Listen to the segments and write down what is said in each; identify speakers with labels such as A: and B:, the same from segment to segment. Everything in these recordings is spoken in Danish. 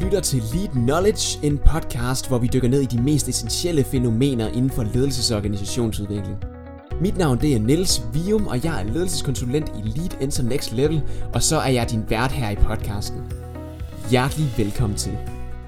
A: lytter til Lead Knowledge, en podcast, hvor vi dykker ned i de mest essentielle fænomener inden for ledelses- og organisationsudvikling. Mit navn det er Niels Vium, og jeg er ledelseskonsulent i Lead Enter Next Level, og så er jeg din vært her i podcasten. Hjertelig velkommen til.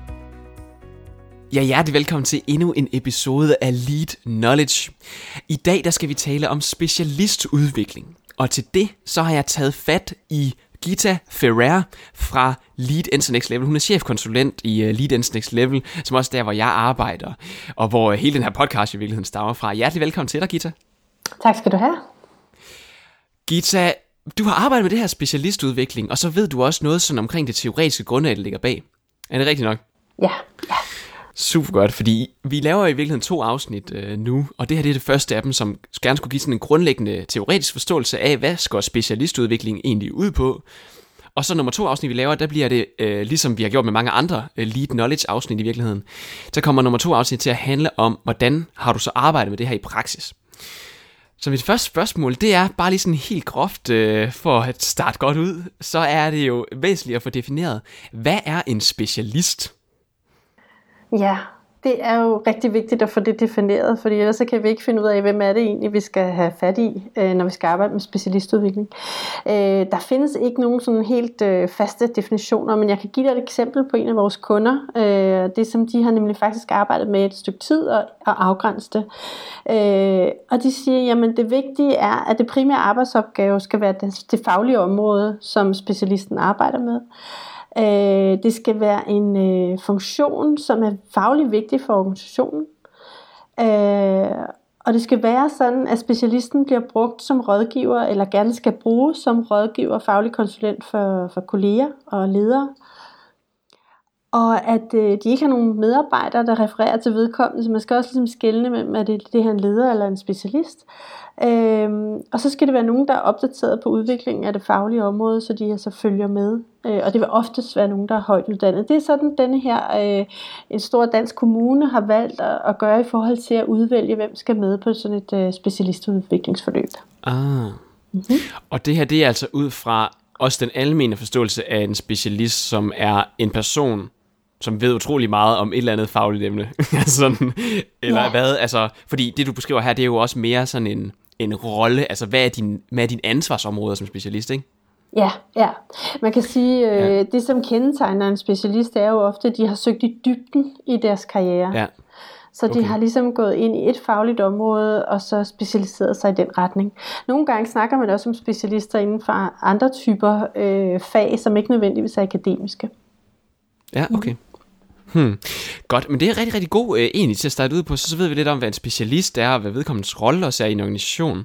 A: Ja, hjertelig velkommen til endnu en episode af Lead Knowledge. I dag der skal vi tale om specialistudvikling, og til det så har jeg taget fat i Gita Ferrer fra Lead Enter Next Level. Hun er chefkonsulent i Lead Enter Next Level, som også der, hvor jeg arbejder, og hvor hele den her podcast i virkeligheden stammer fra. Hjertelig velkommen til dig, Gita.
B: Tak skal du have.
A: Gita, du har arbejdet med det her specialistudvikling, og så ved du også noget sådan omkring det teoretiske grundlag, der ligger bag. Er det rigtigt nok?
B: Ja.
A: Super godt, fordi vi laver i virkeligheden 2 afsnit nu, og det her det er det første af dem, som gerne skulle give sådan en grundlæggende teoretisk forståelse af, hvad går specialistudvikling egentlig ud på. Og så nummer 2 afsnit, vi laver, der bliver det, ligesom vi har gjort med mange andre Lead Knowledge afsnit i virkeligheden, så kommer nummer 2 afsnit til at handle om, hvordan har du så arbejdet med det her i praksis. Så mit første spørgsmål, det er bare lige sådan helt groft, for at starte godt ud, så er det jo væsentligt at få defineret, hvad er en specialist?
B: Ja, det er jo rigtig vigtigt at få det defineret, fordi ellers så kan vi ikke finde ud af, hvem er det egentlig, vi skal have fat i, når vi skal arbejde med specialistudvikling. Der findes ikke nogen sådan helt faste definitioner, men jeg kan give dig et eksempel på en af vores kunder, det som de har nemlig faktisk arbejdet med et stykke tid og afgrænse det. Og de siger, jamen det vigtige er, at det primære arbejdsopgave skal være det faglige område, som specialisten arbejder med. Det skal være en funktion, som er fagligt vigtig for organisationen. Og det skal være sådan, at specialisten bliver brugt som rådgiver, eller gerne skal bruges som rådgiver og faglig konsulent for kolleger og ledere. Og at de ikke har nogen medarbejdere, der refererer til vedkommende, så man skal også ligesom skelne mellem, at det her en leder eller en specialist. Og så skal det være nogen, der er opdateret på udviklingen af det faglige område, så de altså følger med. Og det vil oftest være nogen, der er højt uddannet. Det er sådan, denne her en stor dansk kommune har valgt at gøre i forhold til at udvælge, hvem skal med på sådan et specialistudviklingsforløb.
A: Mm-hmm. Og det her, det er altså ud fra også den almene forståelse af en specialist, som er en person, som ved utrolig meget om et eller andet fagligt emne. Sådan, eller hvad? Altså, fordi det, du beskriver her, det er jo også mere sådan en rolle. Altså, hvad er din ansvarsområde som specialist, ikke?
B: Ja. Man kan sige, det som kendetegner en specialist, er jo ofte, at de har søgt i dybden i deres karriere.
A: Ja.
B: Så de har ligesom gået ind i et fagligt område, og så specialiseret sig i den retning. Nogle gange snakker man også om specialister inden for andre typer fag, som ikke nødvendigvis er akademiske.
A: Ja, okay. Godt, men det er rigtig, rigtig god egentlig til at starte ud på, så ved vi lidt om, hvad en specialist er, og hvad vedkommendes rolle også er i en organisation.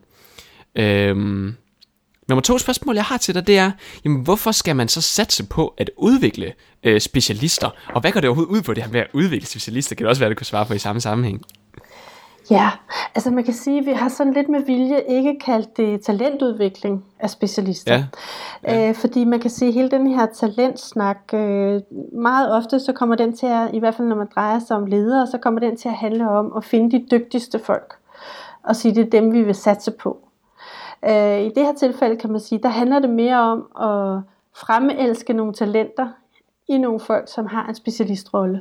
A: Nummer 2 spørgsmål, jeg har til dig, det er, jamen, hvorfor skal man så satse på at udvikle specialister? Og hvad går det overhovedet ud på, det her med at udvikle specialister? Kan det også være, du kan svare på i samme sammenhæng?
B: Ja, altså man kan sige, at vi har sådan lidt med vilje ikke kaldt det talentudvikling af specialister. Ja. Fordi man kan sige, at hele den her talentsnak, meget ofte så kommer den til at, i hvert fald når man drejer sig om ledere, så kommer den til at handle om at finde de dygtigste folk. Og sige, det er dem, vi vil satse på. I det her tilfælde kan man sige, der handler det mere om at fremelske nogle talenter i nogle folk, som har en specialistrolle.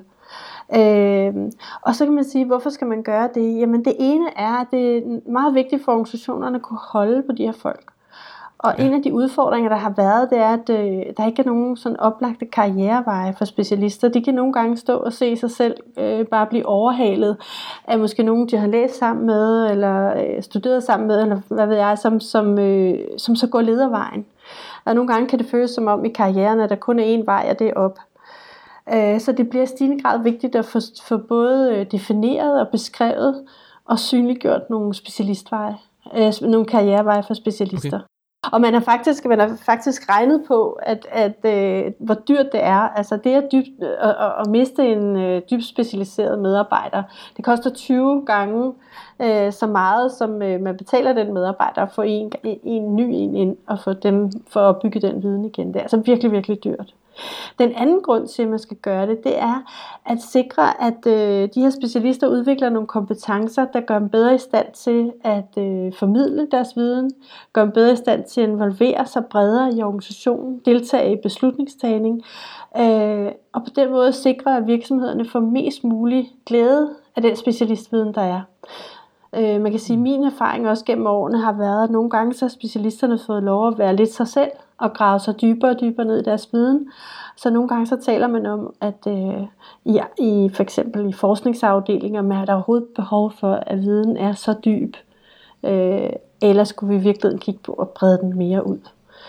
B: Og så kan man sige, hvorfor skal man gøre det? Jamen det ene er, at det er meget vigtigt for organisationerne at kunne holde på de her folk. Og en af de udfordringer, der har været, det er, at der ikke er nogen sådan oplagte karriereveje for specialister. De kan nogle gange stå og se sig selv bare blive overhalet af måske nogen, de har læst sammen med, eller studeret sammen med, eller hvad ved jeg, som så går ledervejen. Og nogle gange kan det føles som om i karrieren, at der kun er én vej, og det er op. Så det bliver i stigende grad vigtigt at få både defineret og beskrevet og synliggjort nogle specialistveje, nogle karriereveje for specialister. Okay. Og man har faktisk regnet på, at hvor dyrt det er. Altså det at miste en dybt specialiseret medarbejder, det koster 20 gange så meget, som man betaler den medarbejder for en ny ind og for at bygge den viden igen. Det er altså virkelig, virkelig dyrt. Den anden grund til, at man skal gøre det, det er at sikre, at de her specialister udvikler nogle kompetencer, der gør dem bedre i stand til at formidle deres viden, gør dem bedre i stand til at involvere sig bredere i organisationen, deltage i beslutningstagning, og på den måde sikre, at virksomhederne får mest mulig glæde af den specialistviden, der er. Man kan sige, at min erfaring også gennem årene har været, at nogle gange så har specialisterne fået lov at være lidt sig selv og grave sig dybere og dybere ned i deres viden. Så nogle gange så taler man om, at i for eksempel i forskningsafdelinger, med at der overhovedet behov for, at viden er så dyb. Eller skulle vi virkelig kigge på at brede den mere ud.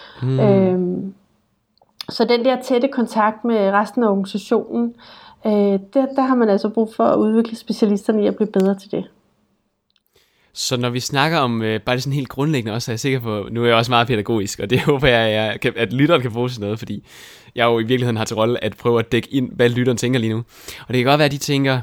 B: Så den der tætte kontakt med resten af organisationen, der har man altså brug for at udvikle specialisterne i at blive bedre til det.
A: Så når vi snakker om bare det sådan helt grundlæggende også, er jeg sikker på, nu er jeg også meget pædagogisk, og det håber jeg, at lytteren kan bruge til noget, fordi jeg jo i virkeligheden har til rolle at prøve at dække ind, hvad lytteren tænker lige nu. Og det kan godt være, at de tænker,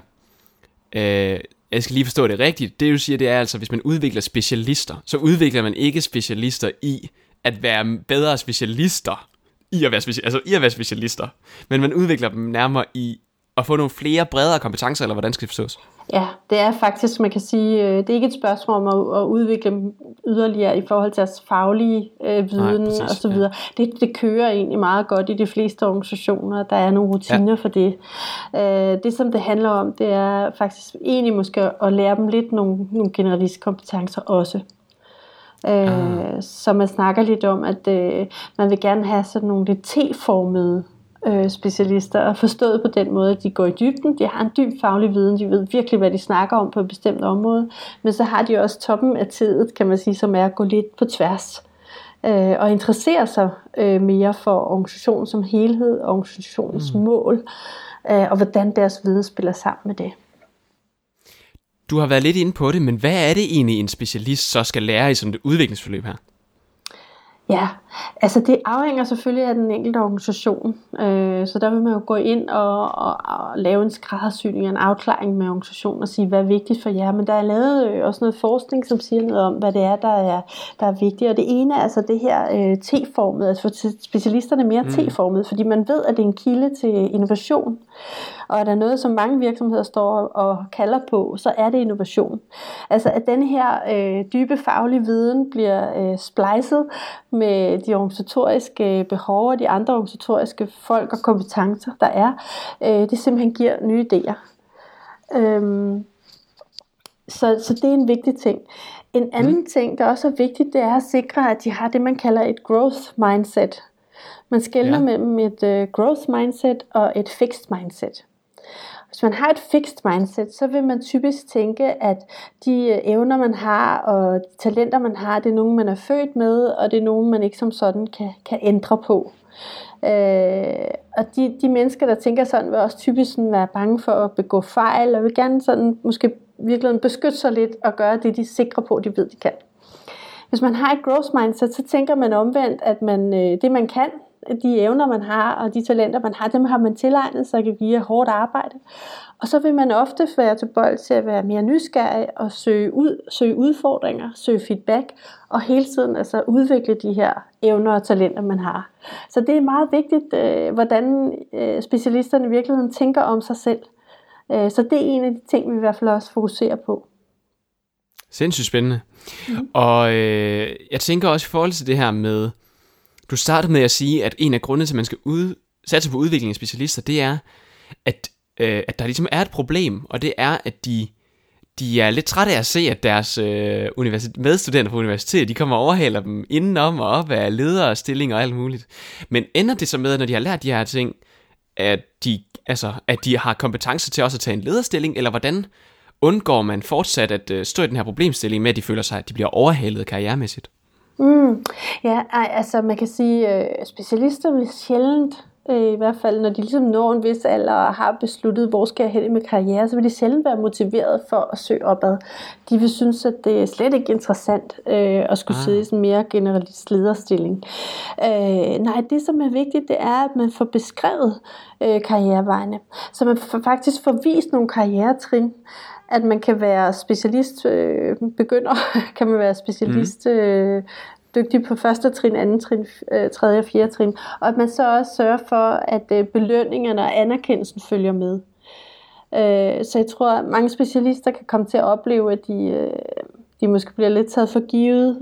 A: jeg skal lige forstå det rigtigt, det du siger, det er altså, hvis man udvikler specialister, så udvikler man ikke specialister i at være bedre specialister, i at være specialister, men man udvikler dem nærmere i at få nogle flere bredere kompetencer, eller hvordan skal det forstås?
B: Ja, det er faktisk, man kan sige, det er ikke et spørgsmål om at udvikle dem yderligere i forhold til deres faglige viden og så videre. Ja. Det kører egentlig meget godt i de fleste organisationer, der er nogle rutiner for det. Det som det handler om, det er faktisk egentlig måske at lære dem lidt nogle generalistkompetencer også. Så man snakker lidt om, at man vil gerne have sådan nogle lidt T-formede specialister, og forstået på den måde, at de går i dybden, de har en dyb faglig viden, de ved virkelig, hvad de snakker om på et bestemt område, men så har de også toppen af tedet, kan man sige, som er at gå lidt på tværs, og interessere sig mere for organisationen som helhed, og organisationens mål, og hvordan deres viden spiller sammen med det.
A: Du har været lidt inde på det, men hvad er det egentlig, en specialist så skal lære i sådan et udviklingsforløb her?
B: Ja, altså det afhænger selvfølgelig af den enkelte organisation, så der vil man jo gå ind og lave en skræddersyning, en afklaring med organisationen og sige, hvad er vigtigt for jer, men der er lavet også noget forskning, som siger noget om, hvad det er, der er vigtigt, og det ene er altså det her T-formet, altså for specialisterne mere T-formet, fordi man ved, at det er en kilde til innovation, og er der noget, som mange virksomheder står og kalder på, så er det innovation. Altså at den her dybe faglige viden bliver splicet med de organisatoriske behov og de andre organisatoriske folk og kompetencer, der er, det simpelthen giver nye idéer. Så det er en vigtig ting. En anden ting, der også er vigtigt, det er at sikre, at de har det, man kalder et growth mindset. Man skelner mellem et growth mindset og et fixed mindset. Hvis man har et fixed mindset, så vil man typisk tænke, at de evner, man har, og de talenter, man har, det er nogen, man er født med, og det er nogen, man ikke som sådan kan ændre på. Og de mennesker, der tænker sådan, vil også typisk sådan være bange for at begå fejl, og vil gerne sådan måske virkelig beskytte sig lidt, og gøre det, de er sikre på, de ved, de kan. Hvis man har et growth mindset, så tænker man omvendt, at det man kan, de evner, man har, og de talenter, man har, dem har man tilegnet sig via hårdt arbejde. Og så vil man ofte være tilbøjelig til at være mere nysgerrig og søge udfordringer, søge feedback, og hele tiden altså udvikle de her evner og talenter, man har. Så det er meget vigtigt, hvordan specialisterne i virkeligheden tænker om sig selv. Så det er en af de ting, vi i hvert fald også fokuserer på.
A: Sindssygt spændende. Og jeg tænker også i forhold til det her med, du startede med at sige, at en af grundene til, at man skal satse på udvikling af specialister, det er, at der ligesom er et problem, og det er, at de er lidt trætte af at se, at deres medstuderende på universitetet, de kommer og overhaler dem indenom og op af lederstillinger og alt muligt. Men ender det så med, når de har lært de her ting, at de har kompetencer til også at tage en lederstilling, eller hvordan undgår man fortsat at stå i den her problemstilling med, at de føler sig, at de bliver overhalet karrieremæssigt?
B: Ja, altså man kan sige, specialister vil sjældent, i hvert fald når de ligesom når en vis alder og har besluttet, hvor skal jeg hen med karriere, så vil de sjældent være motiveret for at søge opad. De vil synes, at det er slet ikke interessant at skulle sidde i sådan en mere generalist lederstilling. Nej, det som er vigtigt, det er, at man får beskrevet karrierevejene, så man faktisk får vist nogle karrieretrin, at man kan være specialist begynder, kan man være specialist dygtig på første trin, anden trin, tredje og fjerde trin, og at man så også sørger for, at belønningerne og anerkendelsen følger med. Så jeg tror, at mange specialister kan komme til at opleve, at de måske bliver lidt taget for givet,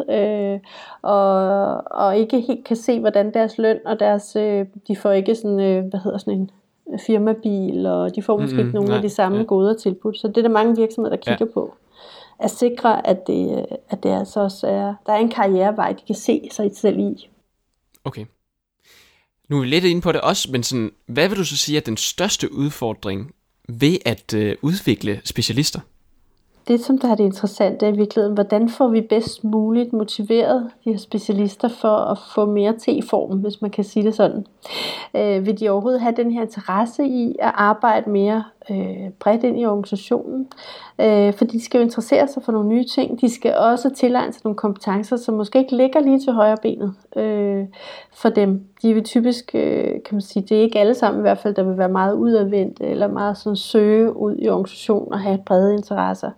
B: og ikke helt kan se, hvordan deres løn og de får ikke sådan, en firmabil, og de får måske ikke nogen af de samme goder tilbud. Så det er der mange virksomheder, der kigger på. At sikre, at det altså også der er en karrierevej, de kan se sig selv i.
A: Okay. Nu er vi lidt inde på det også, men sådan, hvad vil du så sige er den største udfordring ved at udvikle specialister?
B: Det, som der er det interessante, er i virkeligheden, hvordan får vi bedst muligt motiveret de her specialister for at få mere til i formen, hvis man kan sige det sådan. Vil de overhovedet have den her interesse i at arbejde mere bredt ind i organisationen? Fordi de skal jo interessere sig for nogle nye ting. De skal også tilegne sig nogle kompetencer, som måske ikke ligger lige til højre benet for dem. De vil typisk, kan man sige, det er ikke alle sammen i hvert fald, der vil være meget udadvendt, eller meget sådan søge ud i organisationen og have brede interesser.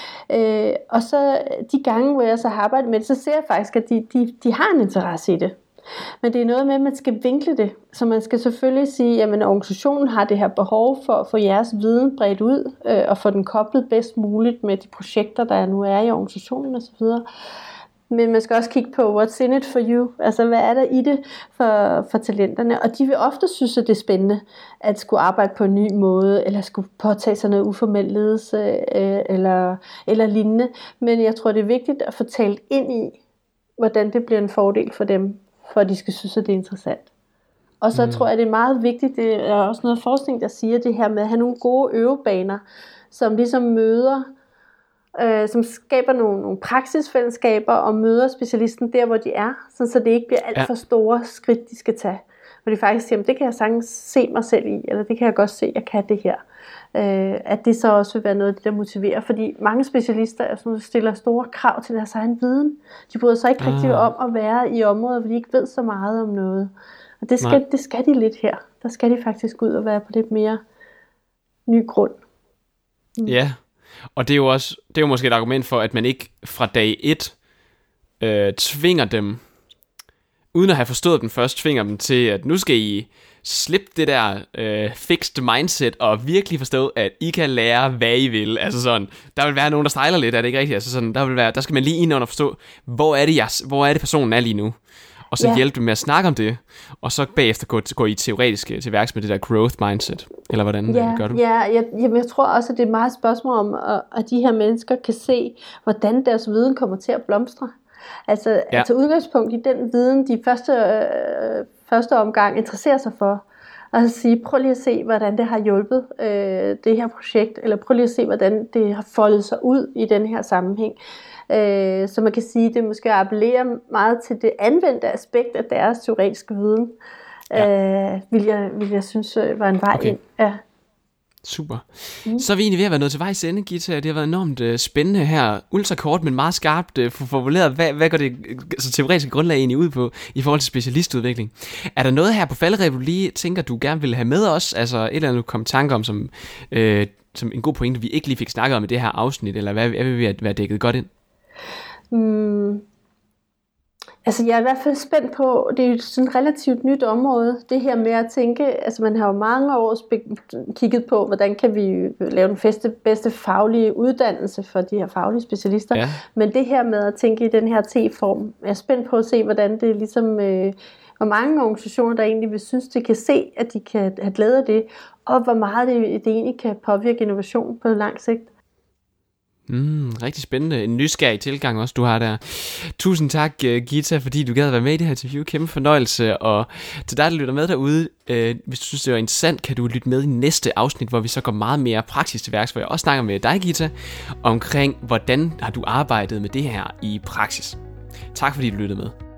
B: Og så de gange, hvor jeg så har arbejdet med det, så ser jeg faktisk, at de har en interesse i det. Men det er noget med, at man skal vinkle det. Så man skal selvfølgelig sige, at organisationen har det her behov for at få jeres viden bredt ud, og få den koblet bedst muligt med de projekter, der nu er i organisationen osv. Men man skal også kigge på, what's in it for you? Altså, hvad er der i det for talenterne? Og de vil ofte synes, at det er spændende at skulle arbejde på en ny måde, eller skulle påtage sig noget uformel ledelse, eller lignende. Men jeg tror, det er vigtigt at få talt ind i, hvordan det bliver en fordel for dem, for at de skal synes, at det er interessant. Og så tror jeg, det er meget vigtigt, det er også noget forskning, der siger det her med at have nogle gode øvebaner, som ligesom møder, som skaber nogle praksisfællesskaber og møder specialisten der, hvor de er, så det ikke bliver alt for store skridt, de skal tage. Hvor de faktisk siger, det kan jeg sagtens se mig selv i, eller det kan jeg godt se, at jeg kan det her. At det så også vil være noget, der motiverer. Fordi mange specialister stiller store krav til deres egen viden. De bryder sig ikke rigtig om at være i områder, hvor de ikke ved så meget om noget. Og det skal de lidt her. Der skal de faktisk ud og være på lidt mere ny grund.
A: Ja, og det er jo måske et argument for, at man ikke fra dag 1 tvinger dem, uden at have forstået dem først, tvinger dem til, at nu skal I slippe det der fixed mindset og virkelig forstå, at I kan lære, hvad I vil. Altså sådan, der vil være nogen, der stejler lidt, er det ikke rigtigt? Altså sådan, der skal man lige ind og forstå, hvor er det personen er lige nu. Og så hjælpe dem med at snakke om det, og så bagefter gå i teoretisk til værks med det der growth mindset, eller hvordan gør du?
B: Jeg tror også, at det er meget spørgsmål om, at de her mennesker kan se, hvordan deres viden kommer til at blomstre. Altså udgangspunkt i den viden, de første omgang interesserer sig for, og så sige, prøv lige at se, hvordan det har hjulpet det her projekt, eller prøv lige at se, hvordan det har foldet sig ud i den her sammenhæng. Så man kan sige, at det måske appellerer meget til det anvendte aspekt af deres teoretiske viden, vil jeg synes var en vej ind. Ja.
A: Super. Så er vi egentlig ved at være nået til vejs ende, Githa. Det har været enormt spændende her. Ultrakort, men meget skarpt formuleret. Hvad går det så teoretiske grundlag egentlig ud på i forhold til specialistudvikling? Er der noget her på falderebet, du lige tænker, du gerne vil have med os? Altså et eller andet, du kom i tanke om som en god pointe, vi ikke lige fik snakket om i det her afsnit, eller hvad vil vi være dækket godt ind?
B: Altså jeg er i hvert fald spændt på, det er jo sådan et relativt nyt område, det her med at tænke, altså man har jo mange år kigget på, hvordan kan vi lave den bedste faglige uddannelse for de her faglige specialister, men det her med at tænke i den her T-form, jeg er spændt på at se, hvordan det ligesom, hvor mange organisationer, der egentlig vil synes, de kan se, at de kan have glæde af det, og hvor meget det egentlig kan påvirke innovation på lang sigt.
A: Rigtig spændende. En nysgerrig tilgang også, du har der. Tusind tak, Githa, fordi du gad at være med i det her interview. Kæmpe fornøjelse. Og til dig, der lytter med derude, hvis du synes, det var interessant, kan du lytte med i næste afsnit, hvor vi så går meget mere praktisk til værks, hvor jeg også snakker med dig, Githa, omkring, hvordan har du arbejdet med det her i praksis. Tak fordi du lyttede med.